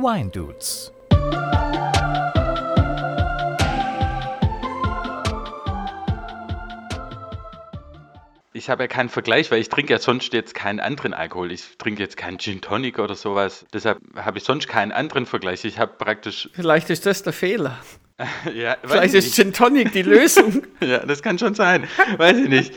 Wine Dudes. Ich habe ja keinen Vergleich, weil ich trinke ja sonst jetzt keinen anderen Alkohol. Ich trinke jetzt keinen Gin Tonic oder sowas. Deshalb habe ich sonst keinen anderen Vergleich. Ich habe praktisch... Vielleicht ist das der Fehler. Ja, vielleicht ist Gin Tonic die Lösung. Ja, das kann schon sein. Weiß ich nicht.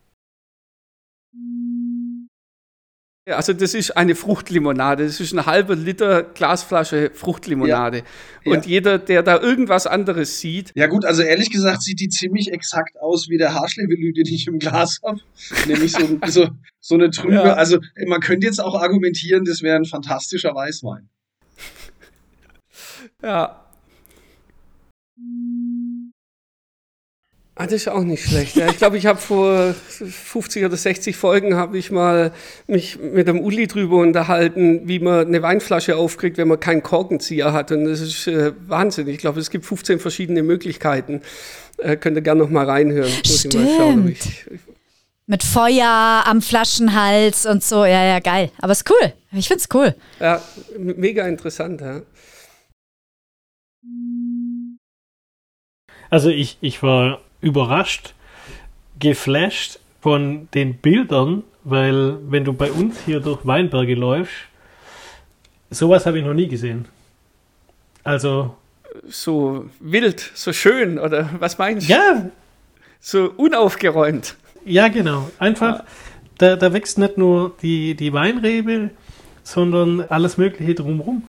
Ja, also das ist eine Fruchtlimonade. Das ist eine halbe Liter Glasflasche Fruchtlimonade. Ja. Und jeder, der da irgendwas anderes sieht... Ja gut, also ehrlich gesagt sieht die ziemlich exakt aus wie der Haarschlevelü, den ich im Glas habe. Nämlich so eine Trübe. Ja. Also man könnte jetzt auch argumentieren, das wäre ein fantastischer Weißwein. Ja. Das ist auch nicht schlecht. Ja. Ich glaube, ich habe vor 50 oder 60 Folgen habe ich mal mich mit dem Uli drüber unterhalten, wie man eine Weinflasche aufkriegt, wenn man keinen Korkenzieher hat. Und das ist Wahnsinn. Ich glaube, es gibt 15 verschiedene Möglichkeiten. Könnt ihr gerne noch mal reinhören. Stimmt. Muss ich mal schauen, mit Feuer am Flaschenhals und so. Ja, geil. Aber es ist cool. Ich finde es cool. Ja, mega interessant, ja. Also ich war überrascht, geflasht von den Bildern, weil wenn du bei uns hier durch Weinberge läufst, sowas habe ich noch nie gesehen. Also so wild, so schön, oder was meinst du? Ja. So unaufgeräumt. Ja, genau. Einfach, da wächst nicht nur die Weinrebe, sondern alles Mögliche drumherum.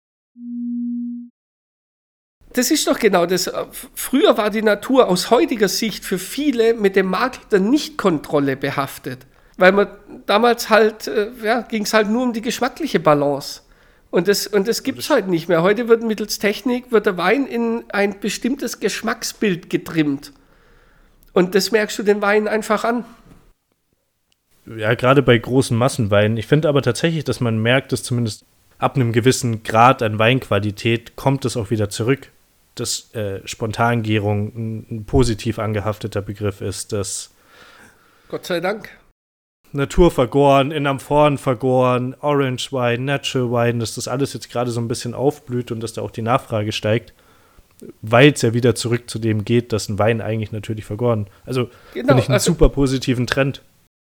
Das ist doch genau das. Früher war die Natur aus heutiger Sicht für viele mit dem Makel der Nichtkontrolle behaftet. Weil man damals halt, ging es halt nur um die geschmackliche Balance. Und das gibt es heute nicht mehr. Heute wird mittels Technik der Wein in ein bestimmtes Geschmacksbild getrimmt. Und das merkst du den Wein einfach an. Ja, gerade bei großen Massenweinen. Ich finde aber tatsächlich, dass man merkt, dass zumindest ab einem gewissen Grad an Weinqualität kommt es auch wieder zurück. Dass Spontangärung ein positiv angehafteter Begriff ist, dass Gott sei Dank. Natur vergoren, in Amphoren vergoren, Orange Wine, Natural Wine, dass das alles jetzt gerade so ein bisschen aufblüht und dass da auch die Nachfrage steigt, weil es ja wieder zurück zu dem geht, dass ein Wein eigentlich natürlich vergoren. Also finde ich einen super positiven Trend.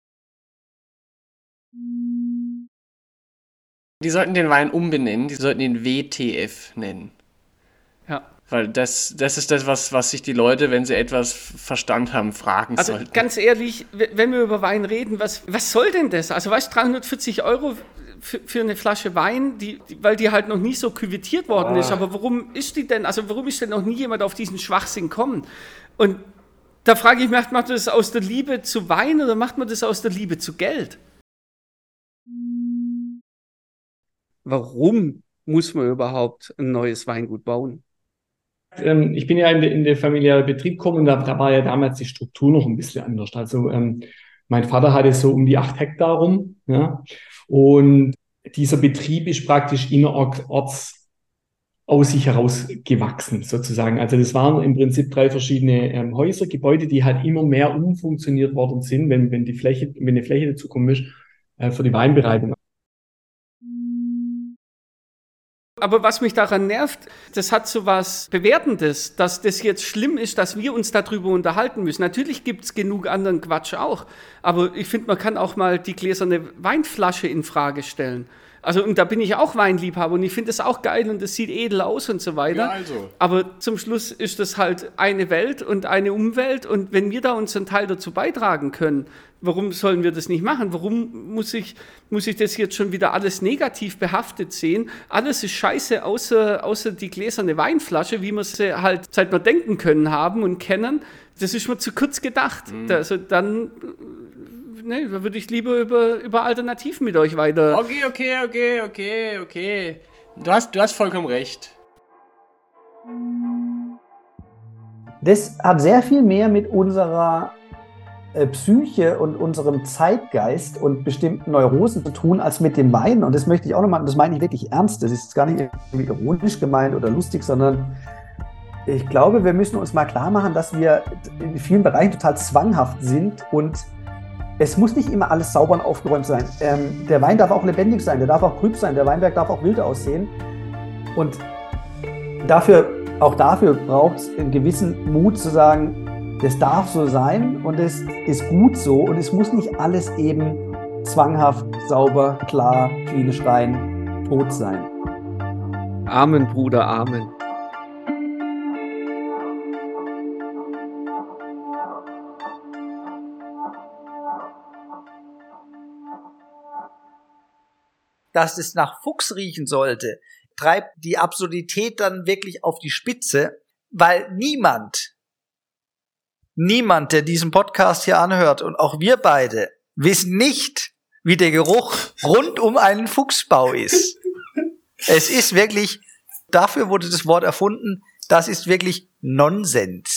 Die sollten den Wein umbenennen, die sollten ihn WTF nennen. Ja. Weil das ist das, was sich die Leute, wenn sie etwas Verstand haben, fragen sollten. Also ganz ehrlich, wenn wir über Wein reden, was soll denn das? Also weißt du, 340 € für eine Flasche Wein, weil die halt noch nie so küvettiert worden ist. Aber warum ist die denn, also warum ist denn noch nie jemand auf diesen Schwachsinn gekommen? Und da frage ich mich, macht man das aus der Liebe zu Wein oder macht man das aus der Liebe zu Geld? Warum muss man überhaupt ein neues Weingut bauen? Ich bin ja in den familiären Betrieb gekommen und da war ja damals die Struktur noch ein bisschen anders. Also mein Vater hatte so um die 8 Hektar rum, ja, und dieser Betrieb ist praktisch innerorts aus sich heraus gewachsen, sozusagen. Also das waren im Prinzip 3 verschiedene Häuser, Gebäude, die halt immer mehr umfunktioniert worden sind, wenn eine Fläche dazu kommen ist, für die Weinbereitung. Aber was mich daran nervt, das hat so was Bewertendes, dass das jetzt schlimm ist, dass wir uns darüber unterhalten müssen. Natürlich gibt es genug anderen Quatsch auch, aber ich finde, man kann auch mal die gläserne Weinflasche in Frage stellen. Also, und da bin ich auch Weinliebhaber und ich finde das auch geil und das sieht edel aus und so weiter. Ja, also. Aber zum Schluss ist das halt eine Welt und eine Umwelt und wenn wir da unseren Teil dazu beitragen können, warum sollen wir das nicht machen? Warum muss ich das jetzt schon wieder alles negativ behaftet sehen? Alles ist scheiße, außer die gläserne Weinflasche, wie wir sie halt seit wir denken können haben und kennen. Das ist mir zu kurz gedacht. Also dann... Nee, da würde ich lieber über Alternativen mit euch weiter... Okay. Du hast vollkommen recht. Das hat sehr viel mehr mit unserer Psyche und unserem Zeitgeist und bestimmten Neurosen zu tun, als mit dem Wein. Und das möchte ich auch nochmal, das meine ich wirklich ernst. Das ist gar nicht irgendwie ironisch gemeint oder lustig, sondern ich glaube, wir müssen uns mal klar machen, dass wir in vielen Bereichen total zwanghaft sind und es muss nicht immer alles sauber und aufgeräumt sein. Der Wein darf auch lebendig sein, der darf auch trüb sein, der Weinberg darf auch wild aussehen. Und auch dafür braucht es einen gewissen Mut zu sagen, das darf so sein und es ist gut so und es muss nicht alles eben zwanghaft, sauber, klar, klinisch rein, tot sein. Amen, Bruder, Amen. Dass es nach Fuchs riechen sollte, treibt die Absurdität dann wirklich auf die Spitze, weil niemand, der diesen Podcast hier anhört und auch wir beide, wissen nicht, wie der Geruch rund um einen Fuchsbau ist. Es ist wirklich, dafür wurde das Wort erfunden, das ist wirklich Nonsens.